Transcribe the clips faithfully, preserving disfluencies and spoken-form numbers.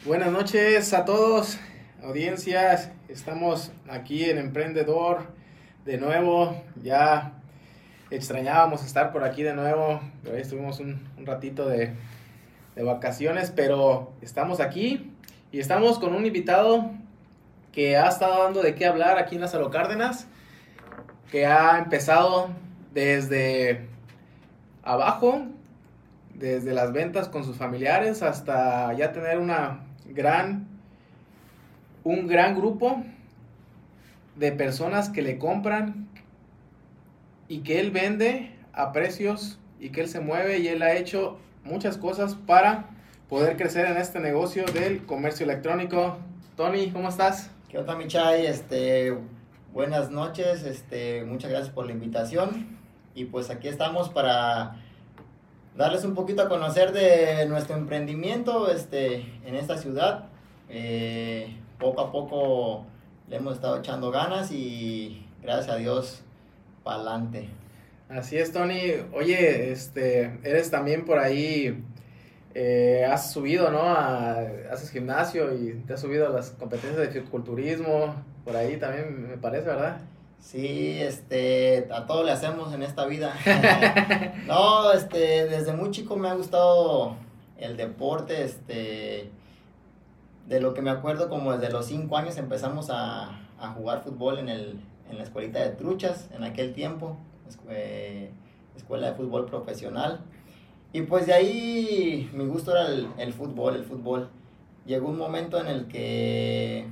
Buenas noches a todos, audiencias. Estamos aquí en Emprendedor de nuevo. Ya extrañábamos estar por aquí de nuevo. Hoy estuvimos un, un ratito de, de vacaciones, pero estamos aquí y estamos con un invitado que ha estado dando de qué hablar aquí en Lázaro Cárdenas, que ha empezado desde abajo, desde las ventas con sus familiares hasta ya tener una gran, un gran grupo de personas que le compran y que él vende a precios y que él se mueve, y él ha hecho muchas cosas para poder crecer en este negocio del comercio electrónico. Tony, ¿cómo estás? ¿Qué onda, Michay? Este, buenas noches, este, muchas gracias por la invitación, y pues aquí estamos para darles un poquito a conocer de nuestro emprendimiento este, en esta ciudad. Eh, poco a poco le hemos estado echando ganas y gracias a Dios, pa'lante. Así es, Tony. Oye, este, eres también por ahí, eh, has subido, ¿no? A, haces gimnasio y te has subido a las competencias de fisiculturismo, por ahí también me parece, ¿verdad? Sí, este, a todo le hacemos en esta vida. No, este, desde muy chico me ha gustado el deporte, este, de lo que me acuerdo, como desde los cinco años empezamos a, a jugar fútbol en el, en la escuelita de Truchas, en aquel tiempo, escue, escuela de fútbol profesional, y pues de ahí mi gusto era el, el fútbol, el fútbol. Llegó un momento en el que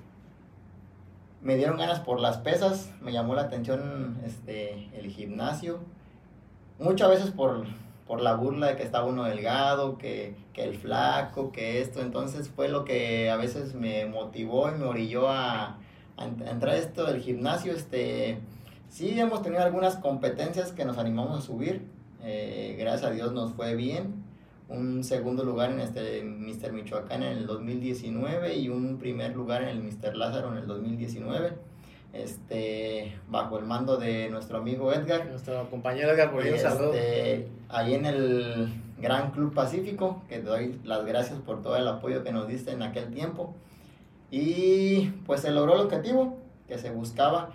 me dieron ganas por las pesas, me llamó la atención este, el gimnasio, muchas veces por, por la burla de que estaba uno delgado, que, que el flaco, que esto. Entonces fue lo que a veces me motivó y me orilló a, a entrar a esto del gimnasio. Este, sí, hemos tenido algunas competencias que nos animamos a subir, eh, gracias a Dios nos fue bien. Un segundo lugar en este míster Michoacán en el dos mil diecinueve y un primer lugar en el míster Lázaro en el dos mil diecinueve, este, bajo el mando de nuestro amigo Edgar. Nuestro compañero Edgar, por ahí un saludo. Este, ahí en el Gran Club Pacífico, que te doy las gracias por todo el apoyo que nos diste en aquel tiempo. Y pues se logró el objetivo que se buscaba.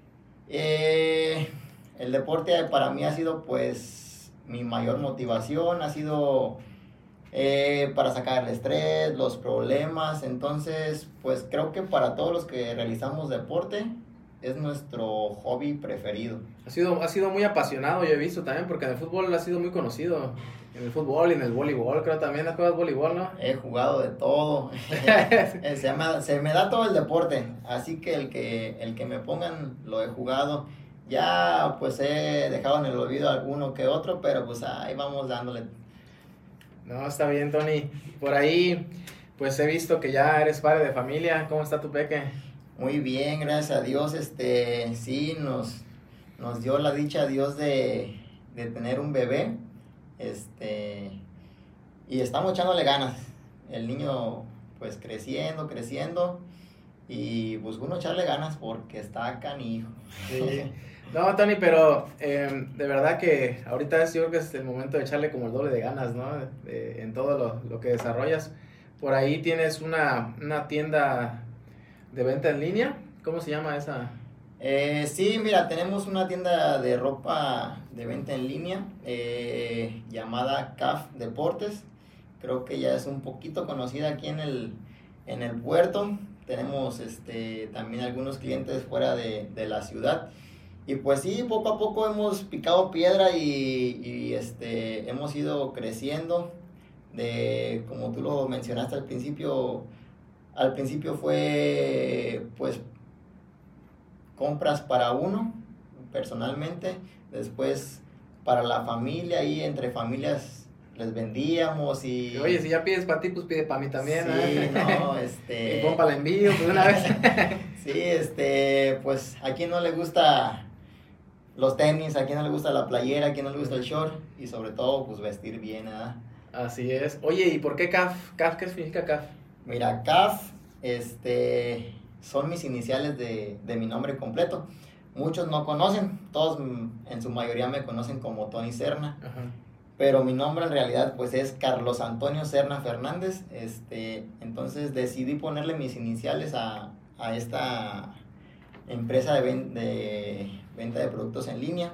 Eh, el deporte para mí ha sido pues mi mayor motivación, ha sido eh, para sacar el estrés, los problemas. Entonces pues creo que para todos los que realizamos deporte es nuestro hobby preferido. Ha sido, ha sido muy apasionado, yo he visto también, porque en el fútbol ha sido muy conocido. En el fútbol y en el voleibol, creo también has jugado voleibol, ¿no? He jugado de todo. se, me, se me da todo el deporte, así que el que el que me pongan lo he jugado. Ya pues he dejado en el olvido alguno que otro, pero pues ahí vamos dándole. No, está bien, Tony. Por ahí pues he visto que ya eres padre de familia. ¿Cómo está tu peque? Muy bien, gracias a Dios. Este, sí, nos, nos dio la dicha a Dios de, de tener un bebé. Este, y estamos echándole ganas. El niño pues creciendo, creciendo. Y pues uno echarle ganas porque está canijo. Sí. No, Tony, pero eh, de verdad que ahorita es, yo creo que es el momento de echarle como el doble de ganas, ¿no? De, en todo lo, lo que desarrollas. Por ahí tienes una, una tienda de venta en línea. ¿Cómo se llama esa? Eh, sí, mira, tenemos una tienda de ropa de venta en línea eh, llamada C A F Deportes. Creo que ya es un poquito conocida aquí en el, en el puerto. Tenemos este, también algunos clientes fuera de, de la ciudad. Y pues sí, poco a poco hemos picado piedra y, y este, hemos ido creciendo. De, como tú lo mencionaste al principio, al principio fue pues compras para uno, personalmente. Después para la familia, y entre familias les vendíamos y... Oye, si ya pides para ti, pues pide para mí también. Sí, ¿eh? no, este... Y pon para el envío, pues una vez. Sí, este, pues a quien no le gusta los tenis, a quien no le gusta la playera, a quien no le gusta el short, y sobre todo, pues vestir bien, ¿verdad? Así es. Oye, ¿y por qué C A F? C A F, ¿qué significa C A F? Mira, C A F, este, son mis iniciales de, de mi nombre completo. Muchos no conocen, todos en su mayoría me conocen como Tony Serna. Ajá. pero mi nombre en realidad pues es Carlos Antonio Serna Fernández. Este, entonces decidí ponerle mis iniciales a, a esta empresa de, ven, de venta de productos en línea,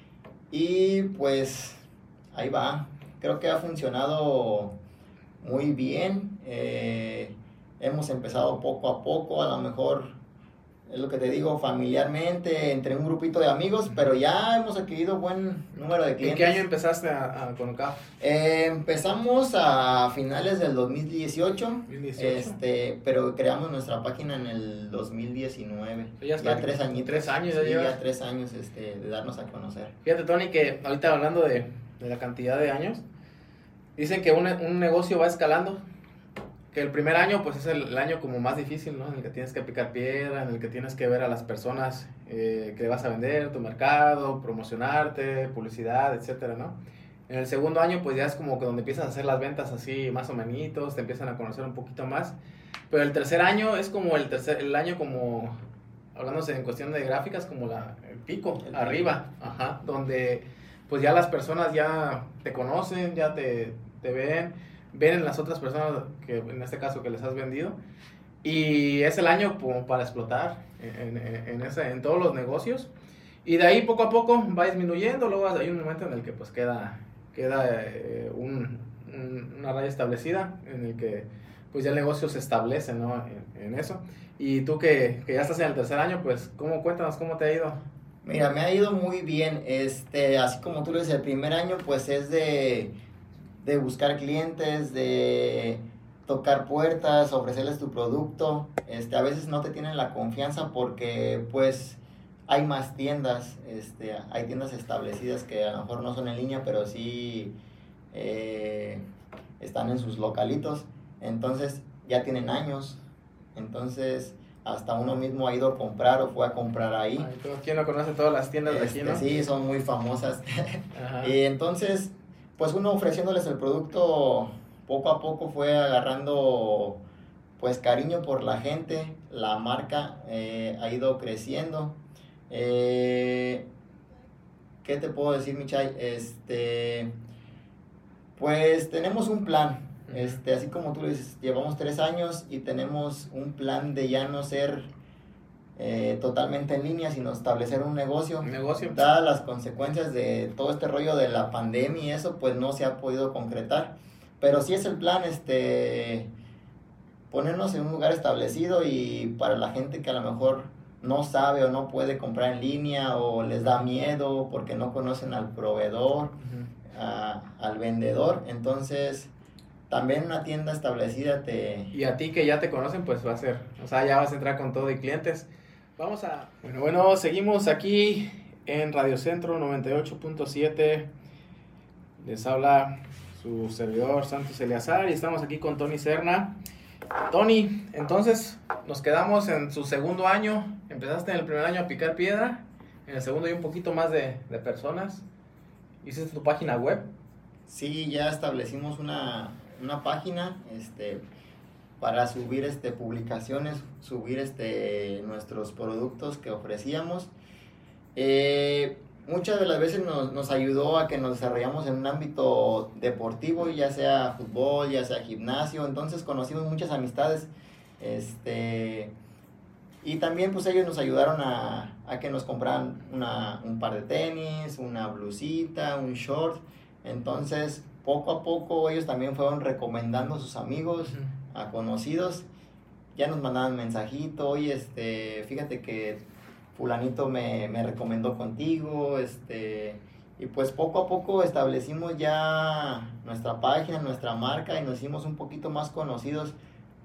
y pues ahí va. Creo que ha funcionado muy bien. Eh, hemos empezado poco a poco, a lo mejor es lo que te digo, familiarmente, entre un grupito de amigos, pero ya hemos adquirido buen número de clientes. ¿En qué año empezaste a, a, con U C A F? Eh, empezamos a finales del dos mil dieciocho, dos mil dieciocho. Este, pero creamos nuestra página en el dos mil diecinueve. Ya, ya tres añitos. Tres años ya sí, llevas. ya tres años este, de darnos a conocer. Fíjate, Tony, que ahorita hablando de, de la cantidad de años, dicen que un, un negocio va escalando, que el primer año pues es el, el año como más difícil, ¿no? En el que tienes que picar piedra, en el que tienes que ver a las personas eh, que vas a vender, tu mercado, promocionarte, publicidad, etcétera, ¿no? En el segundo año pues ya es como que donde empiezas a hacer las ventas así más o menos, te empiezan a conocer un poquito más, pero el tercer año es como el tercer, el año como, hablándose en cuestión de gráficas, como la, el pico, el arriba, ajá, donde pues ya las personas ya te conocen, ya te, te ven, ven en las otras personas, que en este caso que les has vendido, y es el año como para explotar en, en, en, ese, en todos los negocios, y de ahí poco a poco va disminuyendo. Luego hay un momento en el que pues queda, queda eh, un, un, una raya establecida, en el que pues ya el negocio se establece, ¿no? en, en eso. Y tú que, que ya estás en el tercer año, pues ¿cómo, cuéntanos cómo te ha ido? Mira, me ha ido muy bien. Este, así como tú lo dices, el primer año pues es de de buscar clientes, de tocar puertas, ofrecerles tu producto. Este, a veces no te tienen la confianza porque pues hay más tiendas, este, hay tiendas establecidas que a lo mejor no son en línea, pero sí eh, están en sus localitos, entonces ya tienen años, entonces hasta uno mismo ha ido a comprar o fue a comprar ahí. Ay, ¿quién no conoce todas las tiendas este, de aquí, no? Sí, son muy famosas. Y entonces pues uno ofreciéndoles el producto, poco a poco fue agarrando pues cariño por la gente, la marca eh, ha ido creciendo. Eh, ¿Qué te puedo decir, Michay? Este, pues tenemos un plan, este, así como tú lo dices, llevamos tres años y tenemos un plan de ya no ser Eh, totalmente en línea, sino establecer un negocio. Un negocio. Dadas las consecuencias de todo este rollo de la pandemia y eso, pues no se ha podido concretar. Pero sí es el plan, este, ponernos en un lugar establecido, y para la gente que a lo mejor no sabe o no puede comprar en línea o les da miedo porque no conocen al proveedor, uh-huh. a, al vendedor, entonces también una tienda establecida te... Y a ti que ya te conocen, pues va a ser, o sea, ya vas a entrar con todo y clientes. Vamos a... Bueno, bueno, seguimos aquí en Radio Centro noventa y ocho punto siete. Les habla su servidor Santos Eleazar y estamos aquí con Tony Serna. Tony, entonces nos quedamos en su segundo año. Empezaste en el primer año a picar piedra, en el segundo hay un poquito más de, de personas. ¿Hiciste tu página web? Sí, ya establecimos una, una página, este... para subir este publicaciones, subir este nuestros productos que ofrecíamos. Eh, muchas de las veces nos, nos ayudó a que nos desarrollamos en un ámbito deportivo, ya sea fútbol, ya sea gimnasio, entonces conocimos muchas amistades, este, y también pues ellos nos ayudaron a, a que nos compraran una, un par de tenis, una blusita, un short, entonces poco a poco ellos también fueron recomendando a sus amigos, uh-huh. a conocidos, ya nos mandaban mensajito, oye, este, fíjate que fulanito me, me recomendó contigo, este, y pues poco a poco establecimos ya nuestra página, nuestra marca, y nos hicimos un poquito más conocidos,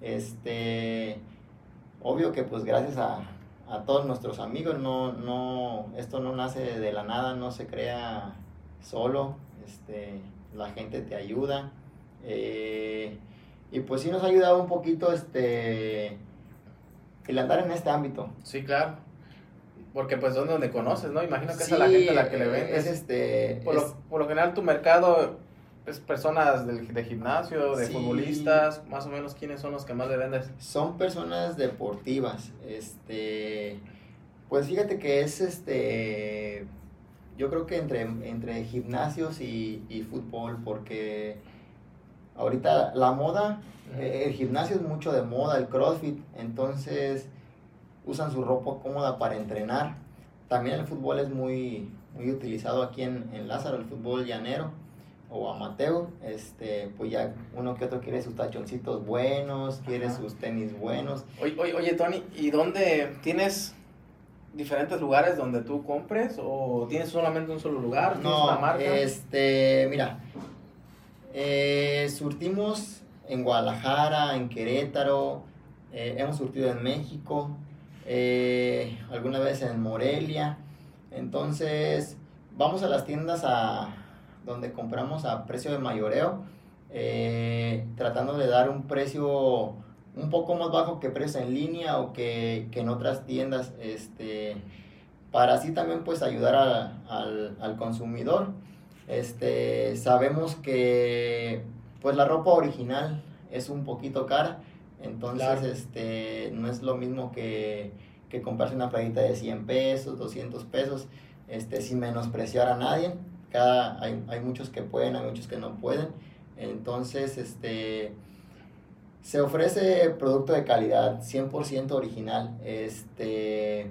este, obvio que pues gracias a, a todos nuestros amigos, no, no, esto no nace de la nada, no se crea solo, este, la gente te ayuda, eh, y pues sí nos ha ayudado un poquito este el andar en este ámbito. Sí, claro. Porque pues son donde conoces, ¿no? Imagino que sí, es a la gente a la que le vendes. Es este, por, es, lo, por lo general tu mercado es personas del, de gimnasio, de sí, futbolistas, más o menos. ¿Quiénes son los que más le vendes? Son personas deportivas. Este, pues fíjate que es este yo creo que entre, entre gimnasios y, y fútbol, porque ahorita la moda, eh, el gimnasio es mucho de moda, el CrossFit, entonces usan su ropa cómoda para entrenar. También el fútbol es muy, muy utilizado aquí en, en Lázaro, el fútbol llanero o amateur, este, pues ya uno que otro quiere sus tachoncitos buenos, quiere Ajá. sus tenis buenos. Oye, oye, oye, Tony, ¿y dónde tienes diferentes lugares donde tú compres o tienes solamente un solo lugar? ¿Tienes No, una marca? este, mira, eh, surtimos en Guadalajara, en Querétaro, eh, hemos surtido en México, eh, alguna vez en Morelia. Entonces vamos a las tiendas a donde compramos a precio de mayoreo, eh, tratando de dar un precio un poco más bajo que precio en línea o que, que en otras tiendas, este, para así también pues ayudar a, al, al consumidor. Este, sabemos que pues la ropa original es un poquito cara, entonces Claro. este, no es lo mismo que, que comprarse una playita de cien pesos, doscientos pesos, este, sin menospreciar a nadie. Cada, hay, hay muchos que pueden, hay muchos que no pueden, entonces este, se ofrece producto de calidad, cien por ciento original. Este,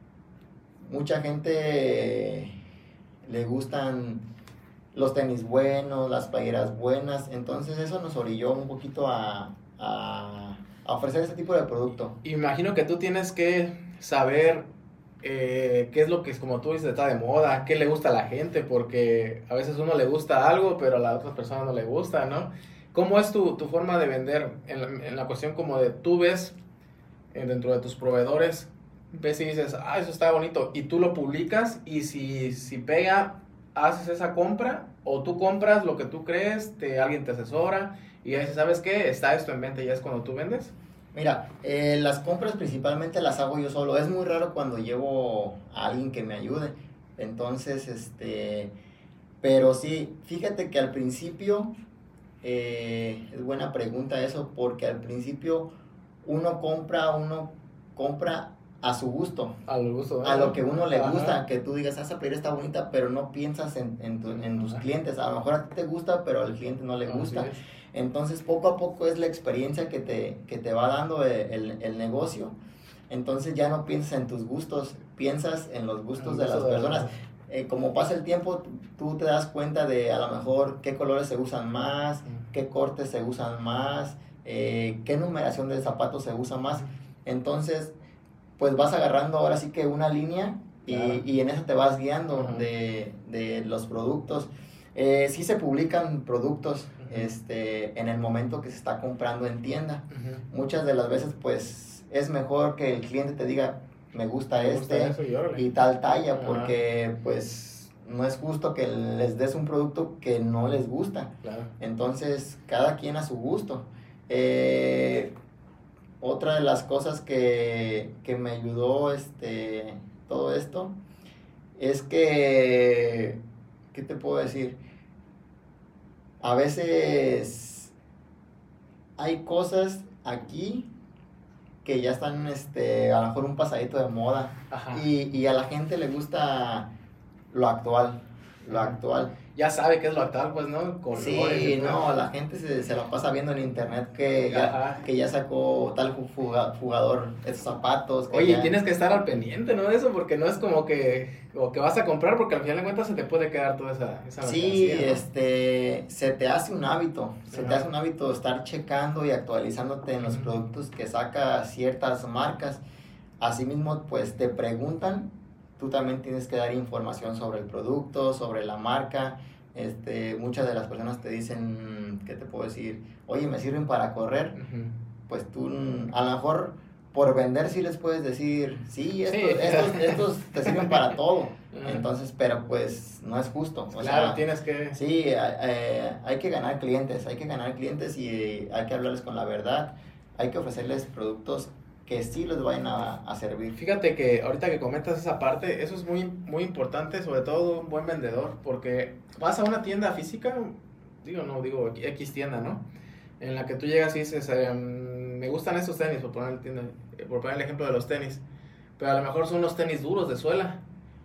mucha gente le gustan los tenis buenos, las playeras buenas, entonces eso nos orilló un poquito a, a, a ofrecer este tipo de producto. Imagino que tú tienes que saber eh, qué es lo que es, como tú dices, está de moda, qué le gusta a la gente, porque a veces a uno le gusta algo, pero a la otra persona no le gusta, ¿no? ¿Cómo es tu, tu forma de vender en la, en la cuestión como de tú ves eh, dentro de tus proveedores, ves y dices, ah, eso está bonito, y tú lo publicas, y si, si pega, haces esa compra, o tú compras lo que tú crees, te, alguien te asesora, y ya dices, ¿sabes qué? Está esto en venta, y ya es cuando tú vendes. Mira, eh, las compras principalmente las hago yo solo. Es muy raro cuando llevo a alguien que me ayude. Entonces, este, pero sí, fíjate que al principio, eh, es buena pregunta eso, porque al principio uno compra, uno compra a su gusto, Al gusto, ¿no? a lo que uno le Ajá. gusta, que tú digas, ah, esa playera está bonita, pero no piensas en, en, tu- en tus Ajá. clientes. A lo mejor a ti te gusta, pero al cliente no le Así gusta. es. Entonces, poco a poco es la experiencia que te, que te va dando el, el, el negocio. Entonces ya no piensas en tus gustos, piensas en los gustos El de las gusto de la- personas. Eh, como pasa el tiempo, tú te das cuenta de a lo mejor qué colores se usan más, qué cortes se usan más, eh, qué numeración de zapatos se usa más. Entonces, pues vas agarrando ahora sí que una línea y, Claro. y en eso te vas guiando Ajá. de, de los productos. Eh, sí se publican productos Ujú. este, en el momento que se está comprando en tienda. Ujú. Muchas de las veces pues es mejor que el cliente te diga, me gusta Me gusta este eso y órale. y tal talla, Ajá. porque pues no es justo que les des un producto que no les gusta. Claro. Entonces, cada quien a su gusto. Eh, otra de las cosas que, que me ayudó este, todo esto es que, ¿qué te puedo decir? A veces hay cosas aquí que ya están este, a lo mejor un pasadito de moda Ajá. y, y a la gente le gusta lo actual, lo actual. Ya sabe qué es lo actual, pues, ¿no? Colores y Sí, todo. no, la gente se, se la pasa viendo en internet que ya, Ajá. que ya sacó tal ju- juga- jugador estos zapatos. Que Oye, ya- tienes que estar al pendiente, ¿no? De eso, porque no es como que, o que vas a comprar, porque al final de cuentas se te puede quedar toda esa, esa Sí, mercancía, ¿no? este, se te hace un hábito, se te Ajá. hace un hábito estar checando y actualizándote en los Ujú. productos que saca ciertas marcas. Asimismo, pues te preguntan, tú también tienes que dar información sobre el producto, sobre la marca. Este, muchas de las personas te dicen, ¿qué te puedo decir? Oye, ¿me sirven para correr? Ujú. Pues tú mm, a lo mejor por vender sí les puedes decir, sí, estos, Sí. estos, estos te sirven para todo. Ajá. Entonces, pero pues no es justo. O Claro, sea, tienes que... sí, eh, hay que ganar clientes, hay que ganar clientes y hay que hablarles con la verdad. Hay que ofrecerles productos que sí les vayan a, a servir. Fíjate que ahorita que comentas esa parte, eso es muy, muy importante, sobre todo un buen vendedor, porque vas a una tienda física, digo, no, digo X tienda, ¿no? En la que tú llegas y dices, eh, me gustan estos tenis, por poner, el tienda- por poner el ejemplo de los tenis, pero a lo mejor son unos tenis duros de suela,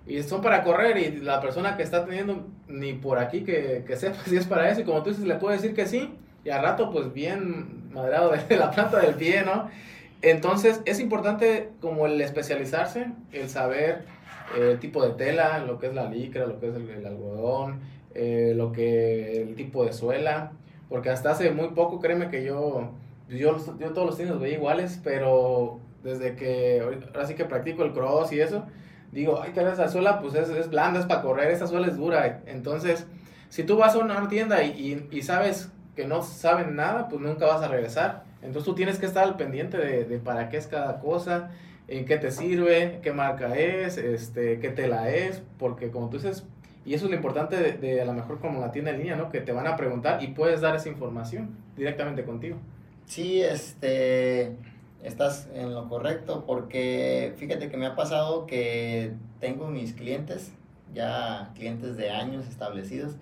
y son para correr y la persona que está teniendo ni por aquí que, que sepa si es para eso y como tú dices le puede decir que sí y al rato pues bien madrado de la planta del pie, ¿no? Entonces es importante como el especializarse, el saber eh, el tipo de tela, lo que es la licra, lo que es el, el algodón, eh, lo que el tipo de suela, porque hasta hace muy poco créeme que yo yo, yo todos los tenis los veía iguales, pero desde que ahora sí que practico el cross y eso digo, ay, cara, esa suela pues es, es blanda, es para correr, esa suela es dura. Entonces, si tú vas a una tienda y, y, y sabes que no saben nada, pues nunca vas a regresar. Entonces tú tienes que estar al pendiente de, de para qué es cada cosa, en qué te sirve, qué marca es, este, qué tela es, porque como tú dices, y eso es lo importante de, de a lo mejor como la tienda en línea, ¿no? Que te van a preguntar y puedes dar esa información directamente contigo. Sí, este... estás en lo correcto, porque fíjate que me ha pasado que tengo mis clientes, ya clientes de años establecidos,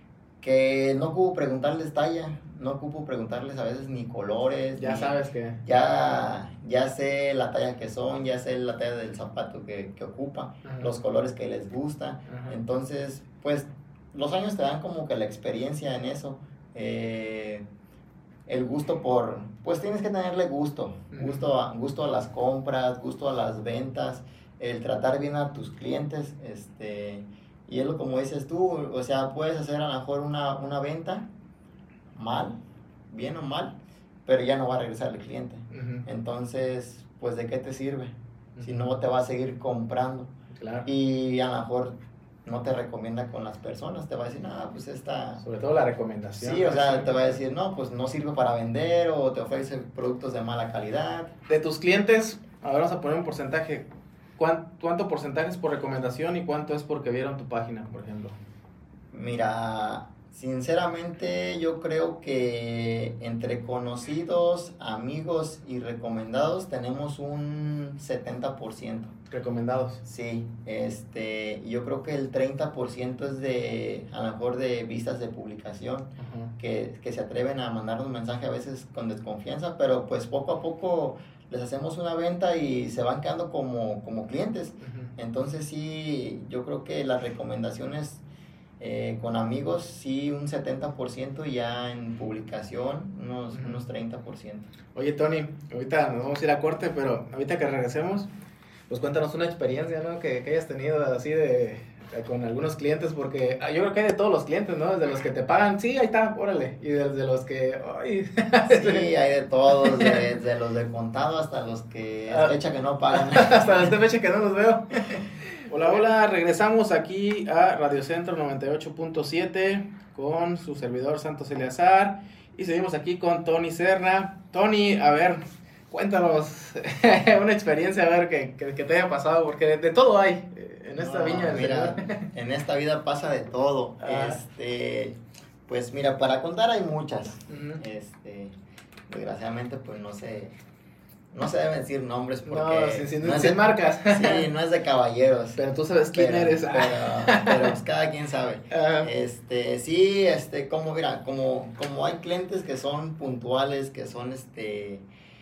que no ocupo preguntarles talla, no ocupo preguntarles a veces ni colores. Ya ni, sabes que... Ya, ya sé la talla que son, ya sé la talla del zapato que, que ocupa, ajá, los colores que les gusta. Ajá. Entonces, pues los años te dan como que la experiencia en eso. Eh, el gusto por, pues tienes que tenerle gusto, gusto a, gusto a las compras, gusto a las ventas, el tratar bien a tus clientes, este, y es lo como dices tú, o sea, puedes hacer a lo mejor una, una venta mal, bien o mal, pero ya no va a regresar el cliente. Uh-huh. Entonces, pues ¿de qué te sirve? Uh-huh. Si no te va a seguir comprando. Claro. Y a lo mejor no te recomienda con las personas, te va a decir, no, pues esta... Sobre todo la recomendación. Sí, o sea, sí, te va a decir, no, pues no sirve para vender o te ofrece productos de mala calidad. De tus clientes, ahora vamos a poner un porcentaje. ¿Cuánto porcentaje es por recomendación y cuánto es porque vieron tu página, por ejemplo? Mira, sinceramente yo creo que entre conocidos, amigos y recomendados tenemos un setenta por ciento. ¿Recomendados? Sí, este, yo creo que el treinta por ciento es de, a lo mejor de vistas de publicación, uh-huh, que, que se atreven a mandarnos un mensaje a veces con desconfianza, pero pues poco a poco les hacemos una venta y se van quedando como, como clientes. Uh-huh. Entonces sí, yo creo que las recomendaciones eh, con amigos, sí, un setenta por ciento, ya en publicación, unos, uh-huh, unos treinta por ciento. Oye, Tony, ahorita nos vamos a ir a corte, pero ahorita que regresemos, pues cuéntanos una experiencia, ¿no? Que, que hayas tenido así de, de con algunos clientes, porque yo creo que hay de todos los clientes, ¿no? Desde los que te pagan, sí, ahí está, órale, y desde los que, ay. Sí, hay de todos, desde de los de contado hasta los que es fecha que no pagan. Hasta los de fecha que no los veo. Hola, hola, regresamos aquí a Radio Centro noventa y ocho punto siete con su servidor Santos Eleazar y seguimos aquí con Tony Serna. Tony, a ver, cuéntanos una experiencia, a ver, que, que, que te haya pasado, porque de, de todo hay en esta no, viña. Mira, en esta vida pasa de todo. Ah. Este, pues mira, para contar hay muchas. Uh-huh. Este, desgraciadamente, pues no sé, no se deben decir nombres porque no, sin, sin, no es sin de, marcas. Sí, no es de caballeros. Pero tú sabes quién pero, eres. Pero, pero pues cada quien sabe. Uh-huh. Este, sí, este, como mira, como, como hay clientes que son puntuales, que son este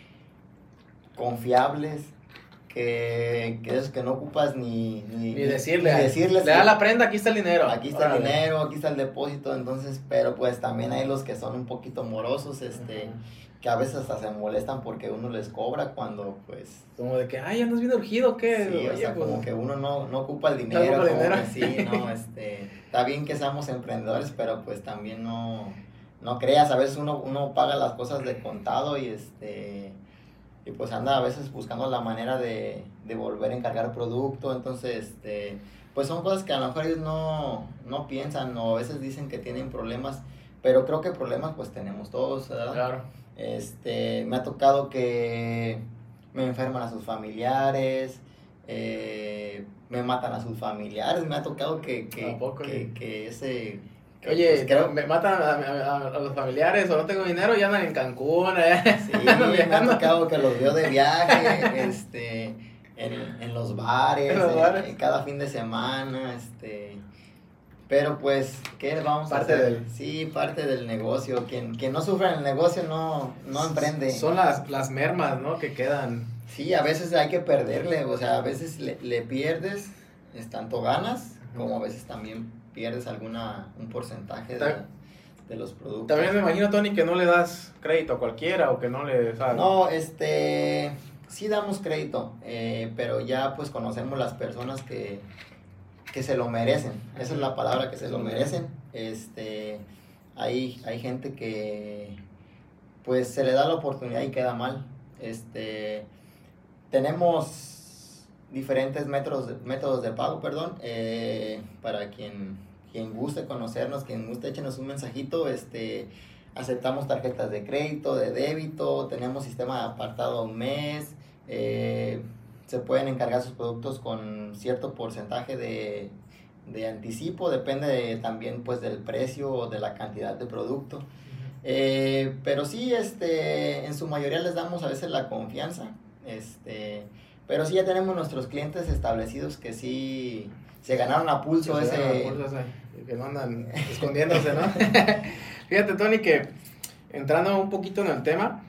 confiables, que, que es que no ocupas ni, ni, ni decirle, ni decirles le da la prenda, aquí está el dinero, aquí está el dinero, aquí está el depósito. Entonces, pero pues también hay los que son un poquito morosos, este, uh-huh, que a veces hasta se molestan porque uno les cobra cuando pues como de que ay, andas bien urgido, ¿qué? Sí, Oye, o sea, pues, como que uno no, no ocupa el dinero, no ocupa como dinero. Que sí, no, este, está bien que seamos emprendedores, pero pues también no, no creas, a veces uno, uno paga las cosas de contado y este, y pues anda a veces buscando la manera de, de volver a encargar producto. Entonces, este, pues son cosas que a lo mejor ellos no, no piensan, o a veces dicen que tienen problemas, pero creo que problemas pues tenemos todos, ¿verdad? Claro. Este, me ha tocado que me enferman a sus familiares, eh, me matan a sus familiares, me ha tocado que, que, Tampoco, que, sí. que ese... Oye, pues creo, me matan a, a, a los familiares o no tengo dinero y andan en Cancún. ¿eh? Sí, me ha tocado que los veo de viaje, este, en, en los bares, ¿En los bares? En, en cada fin de semana, este... Pero pues, ¿qué vamos parte a hacer? Del... Sí, parte del negocio. Quien, quien no sufre en el negocio no, no emprende. Son las, las mermas, ¿no? Que quedan. Sí, a veces hay que perderle, o sea, a veces le, le pierdes es tanto ganas como a veces también pierdes alguna un porcentaje de, de los productos. También me imagino, Tony, que no le das crédito a cualquiera o que no le... ¿sabes? No, este, sí damos crédito, eh, pero ya pues conocemos las personas que, que se lo merecen, esa es la palabra, que se lo merecen. Este, hay, hay gente que pues se le da la oportunidad y queda mal. Este, tenemos diferentes métodos de, métodos de pago, perdón, eh, para quien, quien guste conocernos, quien guste, échenos un mensajito. Este, aceptamos tarjetas de crédito, de débito, tenemos sistema de apartado a un mes, eh, se pueden encargar sus productos con cierto porcentaje de, de anticipo, depende de, también pues del precio o de la cantidad de producto. Eh, pero sí, este, en su mayoría les damos a veces la confianza, este, pero sí ya tenemos nuestros clientes establecidos que sí se ganaron a pulso que ese... A pulso ese, que no andan escondiéndose, ¿no? Fíjate, Tony, que entrando un poquito en el tema,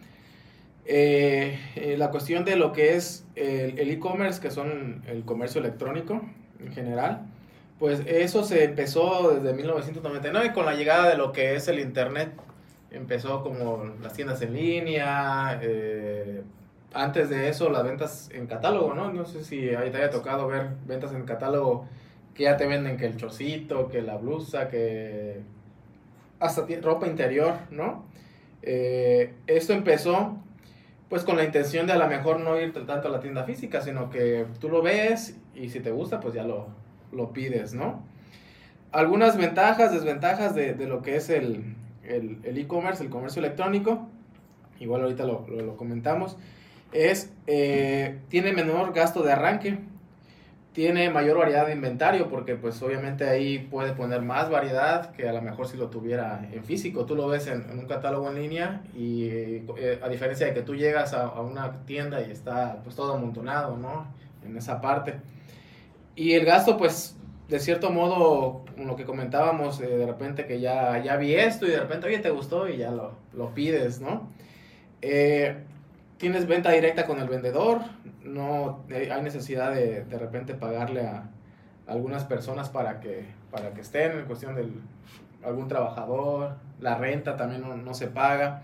eh, eh, la cuestión de lo que es el, el e-commerce, que son el comercio electrónico en general, pues eso se empezó desde mil novecientos noventa y nueve con la llegada de lo que es el internet. Empezó como las tiendas en línea, eh, antes de eso las ventas en catálogo, ¿no? No sé si ahí te haya tocado ver ventas en catálogo que ya te venden que el chorcito, que la blusa, que hasta ropa interior, ¿no? Eh, esto empezó pues con la intención de a lo mejor no ir tanto a la tienda física, sino que tú lo ves y si te gusta pues ya lo, lo pides, ¿no? Algunas ventajas, desventajas de, de lo que es el... el el e-commerce, el comercio electrónico, igual ahorita lo, lo, lo comentamos, es, eh, tiene menor gasto de arranque, tiene mayor variedad de inventario, porque pues obviamente ahí puede poner más variedad que a lo mejor si lo tuviera en físico. Tú lo ves en, en un catálogo en línea y eh, a diferencia de que tú llegas a, a una tienda y está pues todo amontonado, ¿no? En esa parte. Y el gasto pues de cierto modo, lo que comentábamos, eh, de repente que ya, ya vi esto y de repente, oye, te gustó y ya lo, lo pides, ¿no? Eh, tienes venta directa con el vendedor, no eh, hay necesidad de de repente pagarle a, a algunas personas para que, para que estén, en cuestión de algún trabajador, la renta también no, no se paga.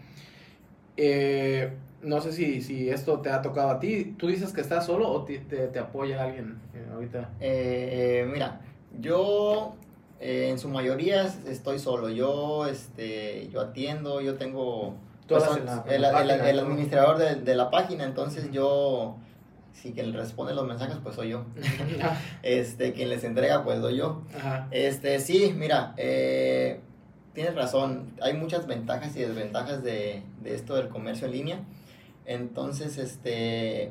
Eh, no sé si, si esto te ha tocado a ti, ¿tú dices que estás solo o te, te, te apoya alguien eh, ahorita? Eh, mira, yo eh, en su mayoría estoy solo, yo, este, yo atiendo, yo tengo pues, son, la, el, el, el, el administrador de, de la página, entonces uh-huh. yo, si quien responde los mensajes pues soy yo, este, quien les entrega pues soy yo. Uh-huh. Este, sí, mira, eh, tienes razón, hay muchas ventajas y desventajas de, de esto del comercio en línea, entonces, este,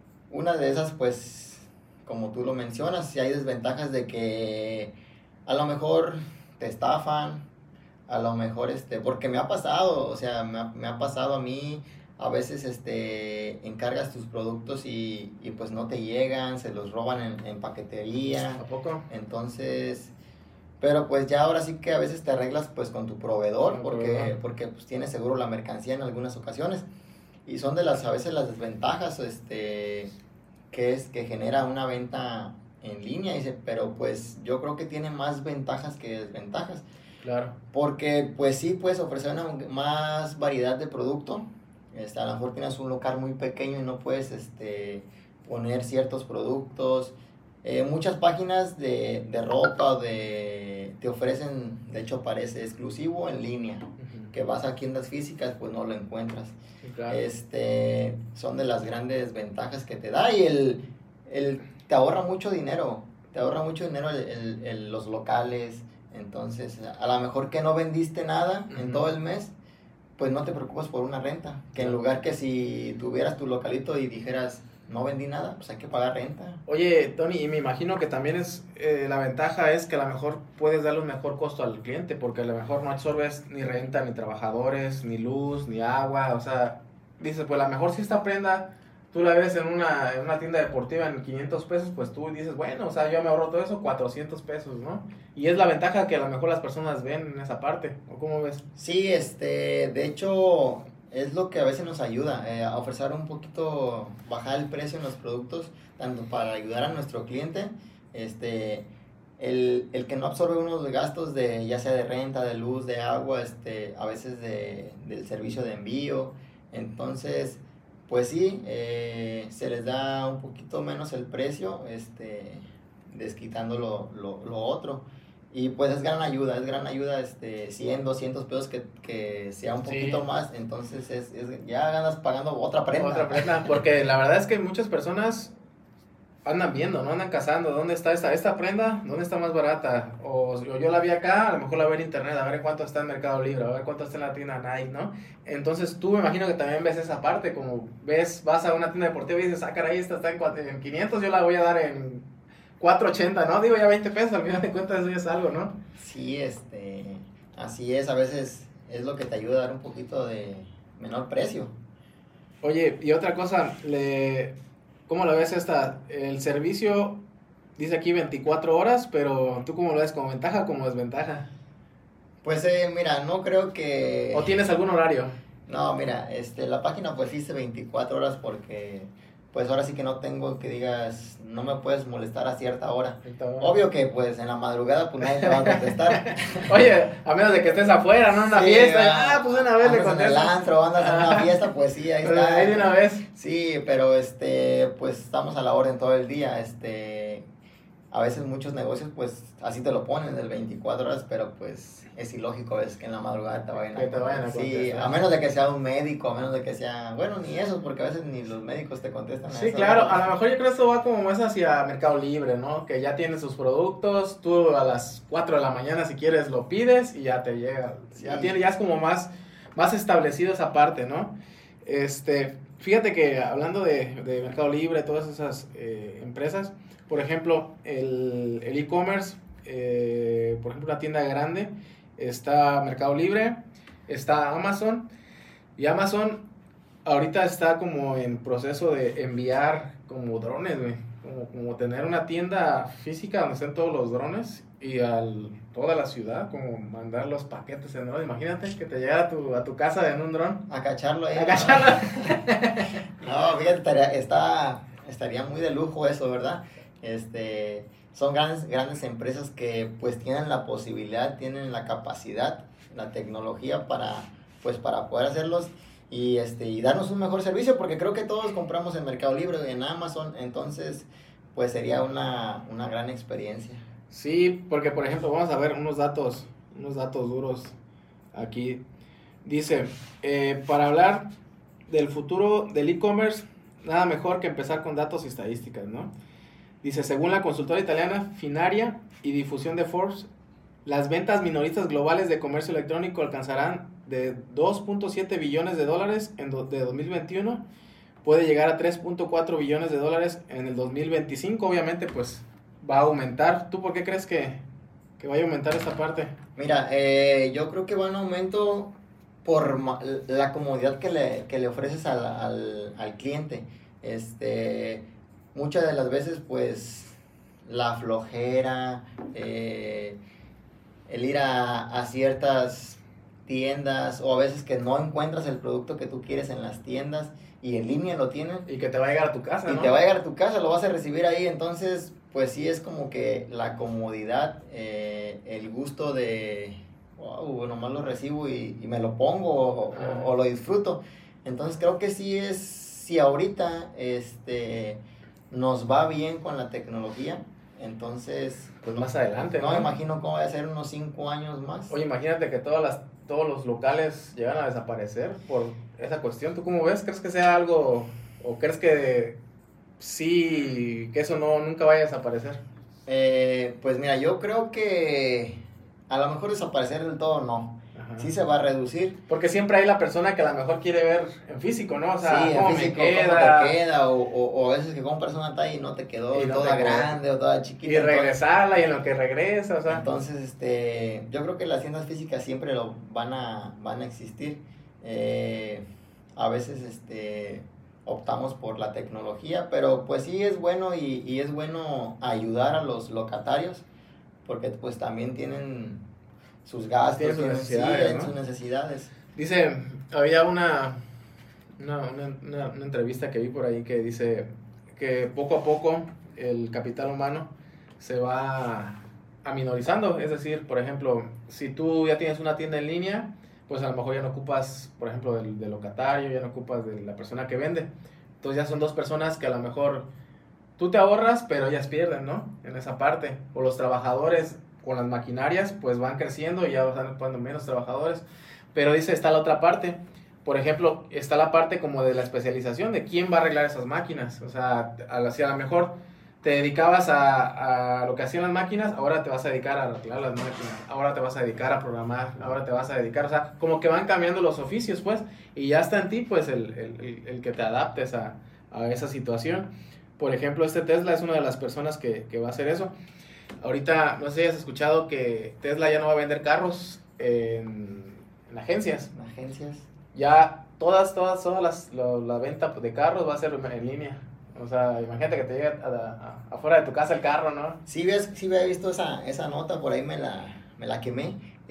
una de esas pues... como tú lo mencionas, si hay desventajas de que a lo mejor te estafan, a lo mejor, este, porque me ha pasado, o sea, me ha, me ha pasado a mí, a veces, este, encargas tus productos y, y pues no te llegan, se los roban en, en paquetería. ¿A poco? Entonces, pero pues ya ahora sí que a veces te arreglas pues con tu proveedor, porque, proveedor. porque pues tienes seguro la mercancía en algunas ocasiones, y son de las, a veces las desventajas, este... que es que genera una venta en línea, dice, pero pues yo creo que tiene más ventajas que desventajas. Claro. Porque pues sí puedes ofrecer una más variedad de producto. Este, a lo mejor tienes un local muy pequeño y no puedes este, poner ciertos productos. Eh, muchas páginas de, de ropa de, te ofrecen, de hecho parece exclusivo en línea. Uh-huh. Que vas a tiendas físicas pues no lo encuentras. Claro. Este, son de las grandes ventajas que te da y el, el te ahorra mucho dinero, te ahorra mucho dinero el, el, el, los locales, entonces a lo mejor que no vendiste nada uh-huh. en todo el mes, pues no te preocupas por una renta, que en lugar que si tuvieras tu localito y dijeras no vendí nada, pues hay que pagar renta. Oye, Tony, y me imagino que también es, eh, la ventaja es que a lo mejor puedes darle un mejor costo al cliente, porque a lo mejor no absorbes ni renta, ni trabajadores, ni luz, ni agua, o sea, dices, pues a lo mejor si esta prenda tú la ves en una, en una tienda deportiva en quinientos pesos, pues tú dices, bueno, o sea, yo me ahorro todo eso, cuatrocientos pesos, ¿no? Y es la ventaja que a lo mejor las personas ven en esa parte, ¿o cómo ves? Sí, este, de hecho... es lo que a veces nos ayuda eh, a ofrecer un poquito, bajar el precio en los productos, tanto para ayudar a nuestro cliente, este, el, el que no absorbe unos gastos de, ya sea de renta, de luz, de agua, este, a veces de, del servicio de envío, entonces, pues sí, eh, se les da un poquito menos el precio, este, desquitando lo, lo, lo otro. Y pues es gran ayuda, es gran ayuda, este, cien, doscientos pesos que, que sea un poquito sí. más, entonces es, es, ya ganas pagando otra prenda. Otra prenda, porque la verdad es que muchas personas andan viendo, ¿no? Andan cazando, ¿dónde está esta, esta prenda? ¿Dónde está más barata? O, o yo la vi acá, a lo mejor la veo en internet, a ver en cuánto está en Mercado Libre, a ver cuánto está en la tienda Nike, ¿no? Entonces tú me imagino que también ves esa parte, como ves, vas a una tienda deportiva y dices, ah, caray, esta está en, en quinientos, yo la voy a dar en cuatro ochenta, ¿no? Digo, ya veinte pesos, al final de cuentas eso ya es algo, ¿no? Sí, este, así es, a veces es lo que te ayuda a dar un poquito de menor precio. Oye, y otra cosa, le, ¿cómo lo ves esta? El servicio dice aquí veinticuatro horas, pero ¿tú cómo lo ves? ¿Como ventaja o como desventaja? Pues eh, mira, no creo que... ¿O tienes algún horario? No, mira, este, la página pues dice veinticuatro horas porque... pues ahora sí que no tengo que digas, no me puedes molestar a cierta hora. Obvio que pues en la madrugada pues nadie te va a contestar. Oye, a menos de que estés afuera, ¿no? En una sí, fiesta, ah, pues una vez le contestas. En el antro, andas en una fiesta, pues sí, ahí está. Ahí de una vez. Sí, pero este, pues estamos a la orden todo el día, este... A veces muchos negocios pues así te lo ponen del veinticuatro horas, pero pues es ilógico a veces que en la madrugada te vayan a, que te vayan a contestar. Sí, a menos de que sea un médico, a menos de que sea, bueno, ni eso, porque a veces ni los médicos te contestan. Sí, claro, hora. A lo mejor yo creo que esto va como más hacia Mercado Libre, ¿no? Que ya tienes sus productos, tú a las cuatro de la mañana si quieres lo pides y ya te llega. Sí. Ya tiene, ya es como más, más establecido esa parte, ¿no? Este, fíjate que hablando de, de Mercado Libre, todas esas eh, empresas, por ejemplo, el el e-commerce, eh, por ejemplo, una tienda grande, está Mercado Libre, está Amazon, y Amazon ahorita está como en proceso de enviar como drones, güey, como, como tener una tienda física donde estén todos los drones y a toda la ciudad, como mandar los paquetes en dron. Imagínate que te llegara a tu, a tu casa en un dron. A cacharlo ahí. A cacharlo. No, fíjate, estaría, está, estaría muy de lujo eso, ¿verdad? Este, son grandes, grandes empresas que pues tienen la posibilidad, tienen la capacidad, la tecnología para, pues, para poder hacerlos y, este, y darnos un mejor servicio, porque creo que todos compramos en Mercado Libre, en Amazon, entonces pues sería una, una gran experiencia. Sí, porque por ejemplo vamos a ver unos datos, unos datos duros aquí. Dice, eh, para hablar del futuro del e-commerce, nada mejor que empezar con datos y estadísticas, ¿no? Dice, según la consultora italiana Finaria y difusión de Forbes, las ventas minoristas globales de comercio electrónico alcanzarán de dos punto siete billones de dólares en do, de dos mil veintiuno, puede llegar a tres punto cuatro billones de dólares en el dos mil veinticinco, obviamente pues va a aumentar. ¿Tú por qué crees que, que vaya a aumentar esta parte? Mira, eh, yo creo que va en aumento por la comodidad que le, que le ofreces al, al, al cliente. Este... Muchas de las veces, pues, la flojera, eh, el ir a, a ciertas tiendas, o a veces que no encuentras el producto que tú quieres en las tiendas, y en línea lo tienen. Y que te va a llegar a tu casa, y ¿no? te va a llegar a tu casa, lo vas a recibir ahí, entonces, pues sí es como que la comodidad, eh, el gusto de, wow, nomás lo recibo y, y me lo pongo, o, o, o lo disfruto. Entonces creo que sí es, si ahorita, este... nos va bien con la tecnología, entonces... Pues más adelante, ¿no? No me imagino cómo va a ser unos cinco años más. Oye, imagínate que todas las, todos los locales llegan a desaparecer por esa cuestión. ¿Tú cómo ves? ¿Crees que sea algo, o crees que sí, que eso no nunca vaya a desaparecer? Eh, pues mira, yo creo que a lo mejor desaparecer del todo no. Ajá. Sí se va a reducir. Porque siempre hay la persona que a lo mejor quiere ver en físico, ¿no? O sea, sí, ¿cómo en físico, me queda? ¿cómo te queda? O, o, o a veces que compras una talla y no te quedó no toda te grande quedó. O toda chiquita. Y regresarla y en lo que regresa, o sea. Entonces, este, yo creo que las tiendas físicas siempre lo van a, van a existir. Eh, a veces, este... optamos por la tecnología, pero pues sí es bueno y, y es bueno ayudar a los locatarios, porque pues también tienen sus gastos, tienen sus tienen, necesidades, sí, ¿no? sus necesidades. Dice, había una, una, una, una, una entrevista que vi por ahí que dice que poco a poco el capital humano se va aminorizando. Es decir, por ejemplo, si tú ya tienes una tienda en línea, pues a lo mejor ya no ocupas, por ejemplo, del, del locatario, ya no ocupas de la persona que vende. Entonces ya son dos personas que a lo mejor tú te ahorras, pero ellas pierden, ¿no? En esa parte. O los trabajadores con las maquinarias, pues van creciendo y ya van poniendo menos trabajadores. Pero dice, está la otra parte. Por ejemplo, está la parte como de la especialización, de quién va a arreglar esas máquinas. O sea, a lo, si a lo mejor te dedicabas a, a lo que hacían las máquinas, ahora te vas a dedicar a arreglar las máquinas, ahora te vas a dedicar a programar, ahora te vas a dedicar, o sea, como que van cambiando los oficios, pues, y ya está en ti, pues, el, el, el que te adaptes a, a esa situación. Por ejemplo, este Tesla es una de las personas que, que va a hacer eso. Ahorita, no sé si has escuchado que Tesla ya no va a vender carros en, en agencias. En agencias. Ya todas, todas, todas las, lo, la venta de carros va a ser en línea. O sea, imagínate que te llegue a, a, a, afuera de tu casa el carro, ¿no? Sí, ves, sí había visto esa, esa nota, por ahí me la, me la quemé.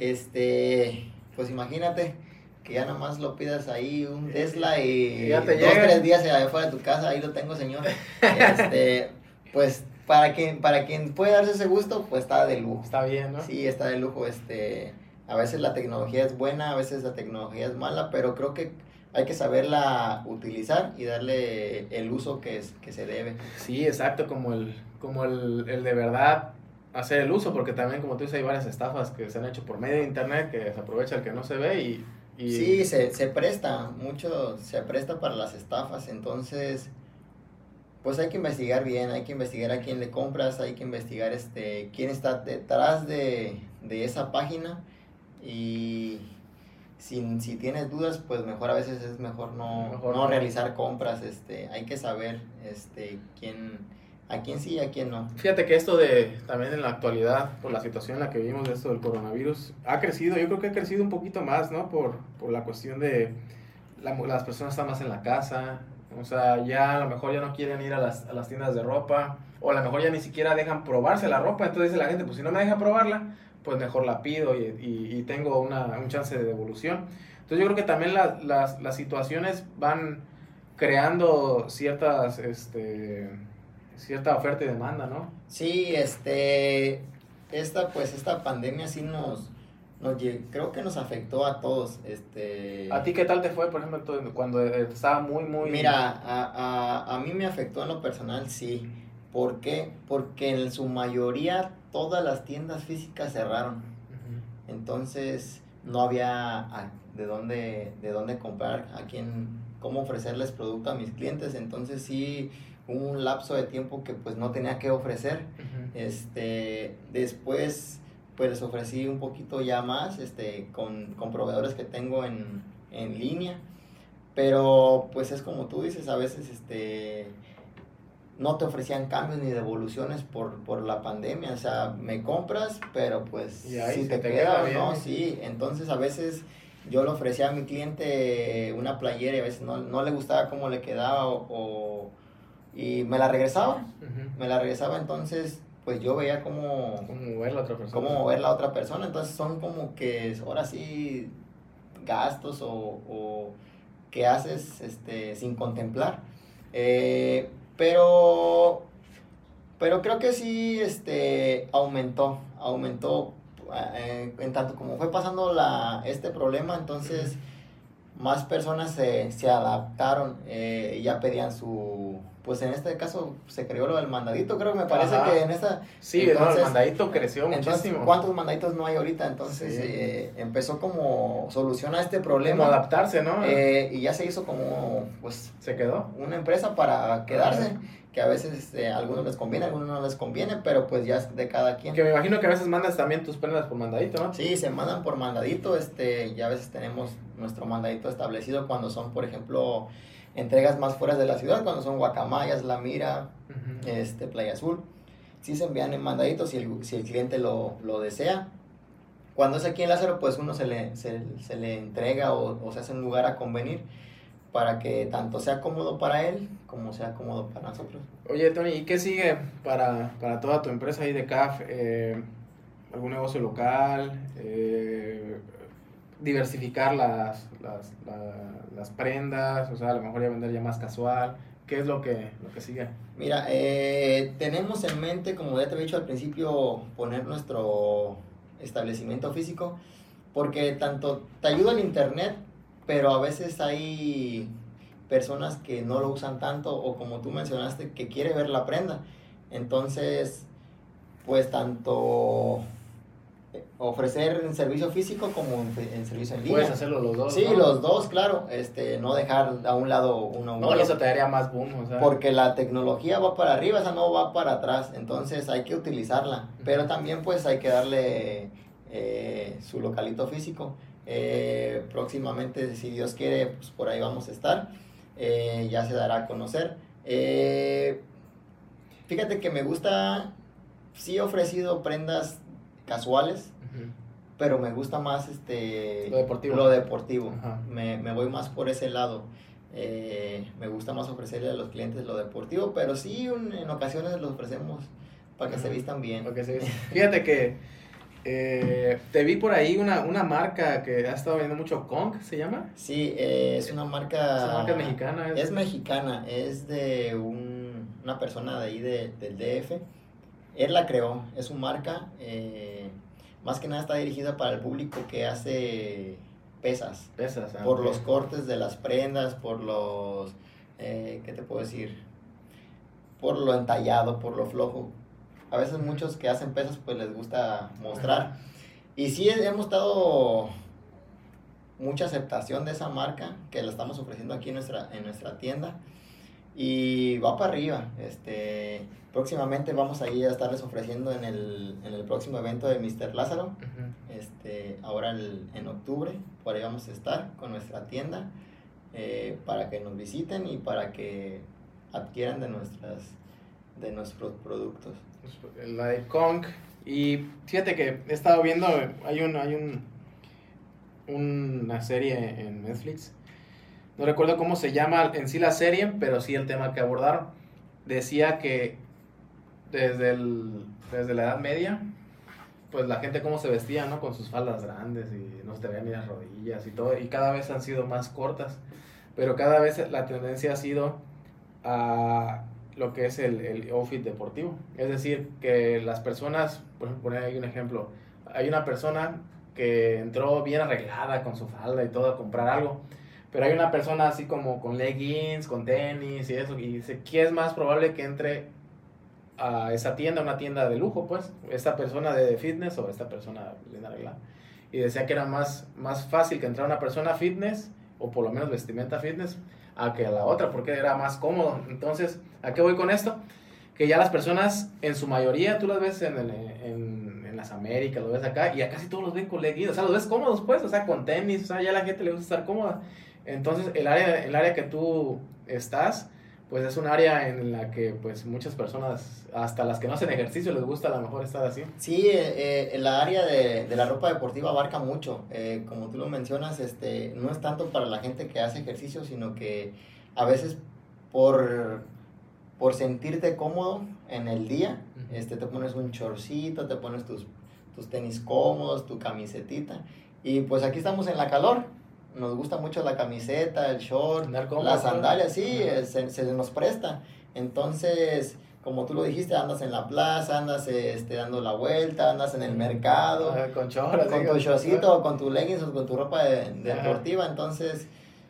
Este, pues imagínate que ya nada más lo pidas ahí, un Tesla, y, y ya te dos, llega. tres días afuera de tu casa, ahí lo tengo, señor. Este, pues para quien, para quien puede darse ese gusto, pues está de lujo. Está bien, ¿no? Sí, está de lujo. Este, a veces la tecnología es buena, a veces la tecnología es mala, pero creo que hay que saberla utilizar y darle el uso que, es, que se debe. Sí, exacto, como el, como el, el de verdad hacer el uso, porque también, como tú dices, hay varias estafas que se han hecho por medio de internet, que se aprovecha el que no se ve y... y... Sí, se, se presta, mucho se presta para las estafas, entonces, pues hay que investigar bien, hay que investigar a quién le compras, hay que investigar este quién está detrás de, de esa página, y... Si, si tienes dudas, pues mejor a veces es mejor no, Mejor no no. realizar compras. Este, hay que saber este, quién, a quién sí y a quién no. Fíjate que esto de, también en la actualidad, por la situación en la que vivimos de esto del coronavirus, ha crecido, yo creo que ha crecido un poquito más, ¿no? Por, por la cuestión de la, las personas están más en la casa, o sea, ya a lo mejor ya no quieren ir a las, a las tiendas de ropa, o a lo mejor ya ni siquiera dejan probarse la ropa, entonces dice la gente, pues si no me deja probarla, pues mejor la pido y, y, y tengo una, un chance de devolución. Entonces yo creo que también la, las, las situaciones van creando ciertas, este, cierta oferta y demanda, ¿no? Sí, este, esta, pues, esta pandemia sí nos, nos, creo que nos afectó a todos. Este, ¿A ti qué tal te fue, por ejemplo, cuando estaba muy, muy... Mira, a, a, a mí me afectó en lo personal, sí. ¿Por qué? Porque en su mayoría todas las tiendas físicas cerraron. Uh-huh. Entonces no había a, de dónde de dónde comprar, a quién, cómo ofrecerles producto a mis clientes. Entonces sí, hubo un lapso de tiempo que pues no tenía que ofrecer. Uh-huh. Este, después pues les ofrecí un poquito ya más este, con, con proveedores que tengo en, en línea. Pero pues es como tú dices, a veces este... no te ofrecían cambios ni devoluciones por, por la pandemia, o sea, me compras, pero pues si te, te queda o no, sí, entonces a veces yo le ofrecía a mi cliente una playera y a veces no, no le gustaba cómo le quedaba o, o y me la regresaba, uh-huh. me la regresaba, entonces pues yo veía cómo, cómo mover la otra persona, cómo mover la otra persona, entonces son como que ahora sí gastos o, o que haces este, sin contemplar, eh, Pero, pero creo que sí, este, aumentó, aumentó, eh, en tanto como fue pasando la, este problema, entonces más personas se, se adaptaron, eh, ya pedían su, pues en este caso se creó lo del mandadito, creo que me parece Ajá. que en esta... Sí, entonces, no, el mandadito creció entonces, muchísimo. ¿cuántos mandaditos no hay ahorita? Entonces sí. eh, empezó como solucionar este problema. Como adaptarse, ¿no? Eh, y ya se hizo como, pues... ¿Se quedó? Una empresa para quedarse. Ajá. Que a veces este, a algunos les conviene, a algunos no les conviene, pero pues ya es de cada quien. Que me imagino que a veces mandas también tus prendas por mandadito, ¿no? Sí, se mandan por mandadito, este, y a veces tenemos nuestro mandadito establecido cuando son, por ejemplo, entregas más fuera de la ciudad, cuando son Guacamayas, La Mira, uh-huh. este, Playa Azul. Sí se envían en mandaditos si el, si el cliente lo, lo desea. Cuando es aquí en Lázaro, pues uno se le, se, se le entrega o, o se hace un lugar a convenir, para que tanto sea cómodo para él como sea cómodo para nosotros. Oye, Tony, ¿y qué sigue para, para toda tu empresa ahí de C A F? Eh, ¿Algún negocio local? Eh, ¿Diversificar las, las, la, las prendas? O sea, a lo mejor ya vender ya más casual. ¿qué es lo que, lo que sigue? Mira, eh, tenemos en mente, como ya te he dicho al principio, poner nuestro establecimiento físico, porque tanto te ayuda el internet, pero a veces hay personas que no lo usan tanto, o como tú mencionaste, que quiere ver la prenda. Entonces, pues tanto ofrecer en servicio físico como en, en servicio en línea. Puedes hacerlo los dos, Sí, ¿no? los dos, claro. Este, no dejar a un lado uno. No, y eso te daría más boom, o sea. Porque la tecnología va para arriba, esa no va para atrás. Entonces hay que utilizarla. Pero también pues hay que darle eh, su localito físico. Eh, próximamente, si Dios quiere, pues por ahí vamos a estar. Eh, ya se dará a conocer. Eh, fíjate que me gusta, sí he ofrecido prendas casuales, uh-huh. pero me gusta más este lo deportivo. Lo deportivo. Uh-huh. Me, me voy más por ese lado. Eh, me gusta más ofrecerle a los clientes lo deportivo, pero sí un, en ocasiones lo ofrecemos para que uh-huh. se vistan bien. Para que se vistan. Fíjate que eh, te vi por ahí una, una marca que ha estado viendo mucho, Kong, ¿se llama? Sí, eh, es una marca... Es una marca mexicana. Es, es mexicana, es de un, una persona de ahí de, del D F. Él la creó, es su marca, eh, más que nada está dirigida para el público que hace pesas. Pesas, ah, por okay. los cortes de las prendas, por los, eh, ¿qué te puedo decir? Por lo entallado, por lo flojo. A veces muchos que hacen pesas pues les gusta mostrar. Y sí hemos dado mucha aceptación de esa marca que la estamos ofreciendo aquí en nuestra, en nuestra tienda. Y va para arriba. Este, próximamente vamos a ir a estarles ofreciendo en el, en el próximo evento de míster Lázaro. Uh-huh. Este, ahora el, en octubre, por ahí vamos a estar con nuestra tienda eh, para que nos visiten y para que adquieran de nuestras de nuestros productos. La de Kong. Y fíjate que he estado viendo, hay un hay un una serie en Netflix. No recuerdo cómo se llama en sí la serie, pero sí el tema que abordaron. Decía que desde, el, desde la Edad Media, pues la gente cómo se vestía, ¿no? Con sus faldas grandes y no se te veían ni las rodillas y todo. Y cada vez han sido más cortas. Pero cada vez la tendencia ha sido a lo que es el, el outfit deportivo. Es decir, que las personas, por ejemplo, poner ahí un ejemplo. Hay una persona que entró bien arreglada con su falda y todo a comprar algo. Pero hay una persona así como con leggings, con tenis y eso, y dice, ¿qué es más probable que entre a esa tienda, una tienda de lujo, pues? ¿Esta persona de fitness o esta persona bien arreglada? Y decía que era más, más fácil que entrara una persona fitness, o por lo menos vestimenta fitness, a que a la otra, porque era más cómodo. Entonces, ¿a qué voy con esto? Que ya las personas, en su mayoría, tú las ves en, el, en, en las Américas, lo ves acá, y a casi todos los ven con leggings, o sea, los ves cómodos, pues, o sea, con tenis, o sea, ya a la gente le gusta estar cómoda. Entonces, el área, el área que tú estás, pues es un área en la que pues muchas personas, hasta las que no hacen ejercicio, les gusta a lo mejor estar así. Sí, eh, eh, la área de, de la ropa deportiva abarca mucho. Eh, como tú lo mencionas, este, no es tanto para la gente que hace ejercicio, sino que a veces por, por sentirte cómodo en el día, uh-huh. este, te pones un chorcito, te pones tus, tus tenis cómodos, tu camisetita. Y pues aquí estamos en la calor. Nos gusta mucho la camiseta, el short, las sandalias, sí, uh-huh. se, se nos presta. Entonces, como tú lo dijiste, andas en la plaza, andas este, dando la vuelta, andas en el mercado. Uh-huh. Con shorts. Con tu shortcito, con tu leggings o con tu ropa de, de uh-huh. deportiva. Entonces,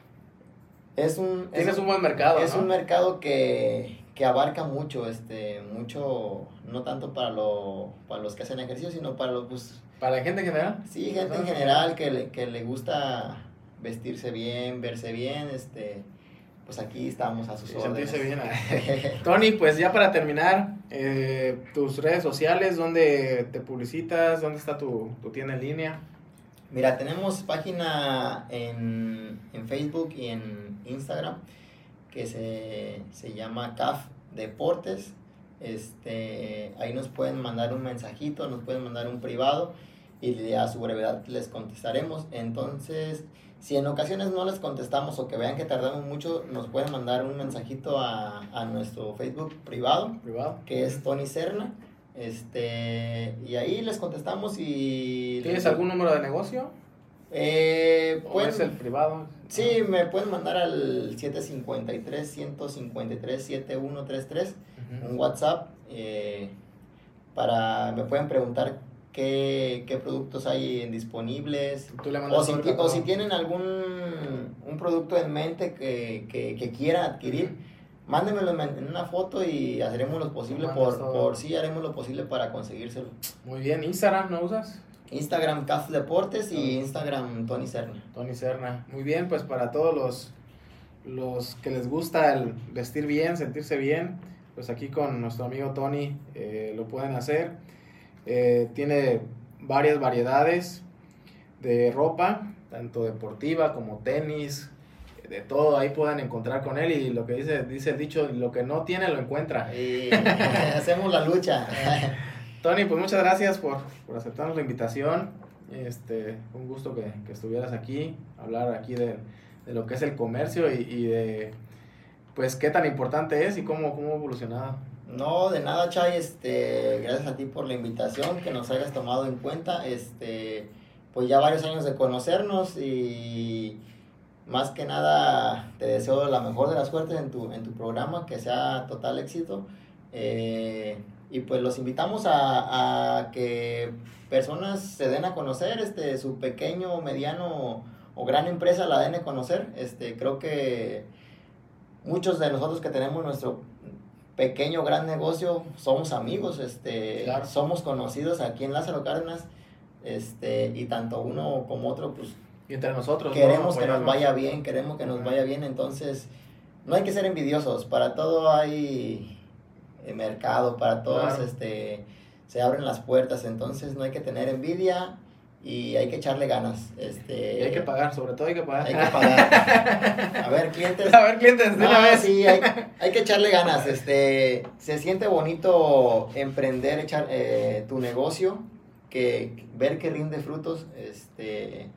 es un... Tienes es un buen mercado, Es ¿no? un mercado que, que abarca mucho, este, mucho, no tanto para, lo, para los que hacen ejercicio, sino para los... Pues, ¿para la gente en general? Sí, gente en general que le, que le gusta vestirse bien, verse bien, este, pues aquí estamos a sus sí, órdenes. Sentirse bien. Tony, pues ya para terminar, eh, tus redes sociales, ¿dónde te publicitas? ¿Dónde está tu, tu tienda en línea? Mira, tenemos página en, en Facebook y en Instagram que se, se llama C A F Deportes. Este, ahí nos pueden mandar un mensajito, nos pueden mandar un privado y a su brevedad les contestaremos. Entonces, si en ocasiones no les contestamos o que vean que tardamos mucho, nos pueden mandar un mensajito a, a nuestro Facebook privado, privado, que es Tony Serna. Este, y ahí les contestamos y... ¿Tienes algún número de negocio? Eh, ¿O pueden, es el privado? Sí, me pueden mandar al siete cinco tres, uno cinco tres, siete uno tres tres, uh-huh. un WhatsApp, eh, para, me pueden preguntar qué, qué productos hay disponibles, ¿Tú le o, si, o si tienen algún un producto en mente que, que, que quiera adquirir, uh-huh. mándenmelo en una foto y haremos lo posible por, por sí, haremos lo posible para conseguírselo. Muy bien, ¿Instagram no usas? Instagram Caf Deportes y Instagram Tony Serna. Tony Serna. Muy bien, pues para todos los, los que les gusta el vestir bien, sentirse bien, pues aquí con nuestro amigo Tony eh, lo pueden hacer. Eh, tiene varias variedades de ropa, tanto deportiva como tenis, de todo ahí pueden encontrar con él, y lo que dice, dice el dicho, lo que no tiene lo encuentra. Y hacemos la lucha. Tony, pues muchas gracias por, por aceptarnos la invitación. Este, un gusto que, que estuvieras aquí, hablar aquí de, de lo que es el comercio y, y de pues qué tan importante es y cómo, cómo ha evolucionado. No, de nada, Chay, este, gracias a ti por la invitación, que nos hayas tomado en cuenta, este, pues ya varios años de conocernos, y más que nada te deseo la mejor de las suertes en tu, en tu programa, que sea total éxito. Eh, Y pues los invitamos a, a que personas se den a conocer, este, su pequeño, mediano o gran empresa la den a conocer. Este, creo que muchos de nosotros que tenemos nuestro pequeño, gran negocio, somos amigos, este, claro. somos conocidos aquí en Lázaro Cárdenas, este, y tanto uno como otro, pues, y entre nosotros, queremos ¿no? que nos vaya bien, queremos que nos vaya bien, entonces no hay que ser envidiosos, para todo hay mercado, para todos, claro. este, se abren las puertas, entonces no hay que tener envidia y hay que echarle ganas. Este, y hay que pagar, sobre todo hay que pagar. Hay que pagar. A ver, clientes. A ver, clientes, de no, una vez. Sí, hay, hay que echarle ganas. Este, se siente bonito emprender, echar eh, tu negocio, que ver que rinde frutos. Este,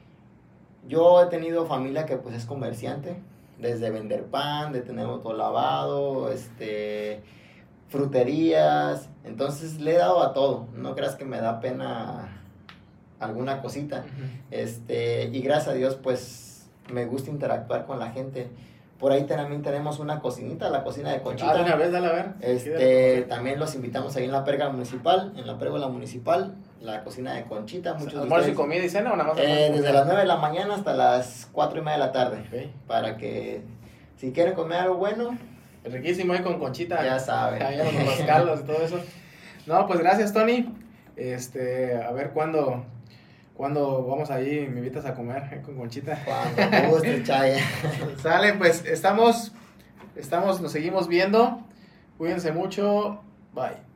yo he tenido familia que pues es comerciante, desde vender pan, de tener autolavado, este, fruterías, entonces le he dado a todo, no creas que me da pena alguna cosita, uh-huh. este, y gracias a Dios pues me gusta interactuar con la gente. Por ahí también tenemos una cocinita, la cocina de Conchita. Ah, de una vez, dale a ver. Este, también los invitamos ahí en la pérgola municipal, en la pérgola municipal, la cocina de Conchita. Muchos ¿Almuerzo y comida y cena o nada más? Eh, desde las nueve de la mañana hasta las cuatro y media de la tarde, okay. Para que si quieren comer algo bueno, riquísimo ahí con Conchita. Ya saben. Ahí los mascalos y todo eso. No, pues gracias, Tony. Este, a ver cuándo, cuándo vamos ahí, me invitas a comer eh, con Conchita. Cuando guste, Chay. Sale, pues estamos, estamos, nos seguimos viendo. Cuídense mucho. Bye.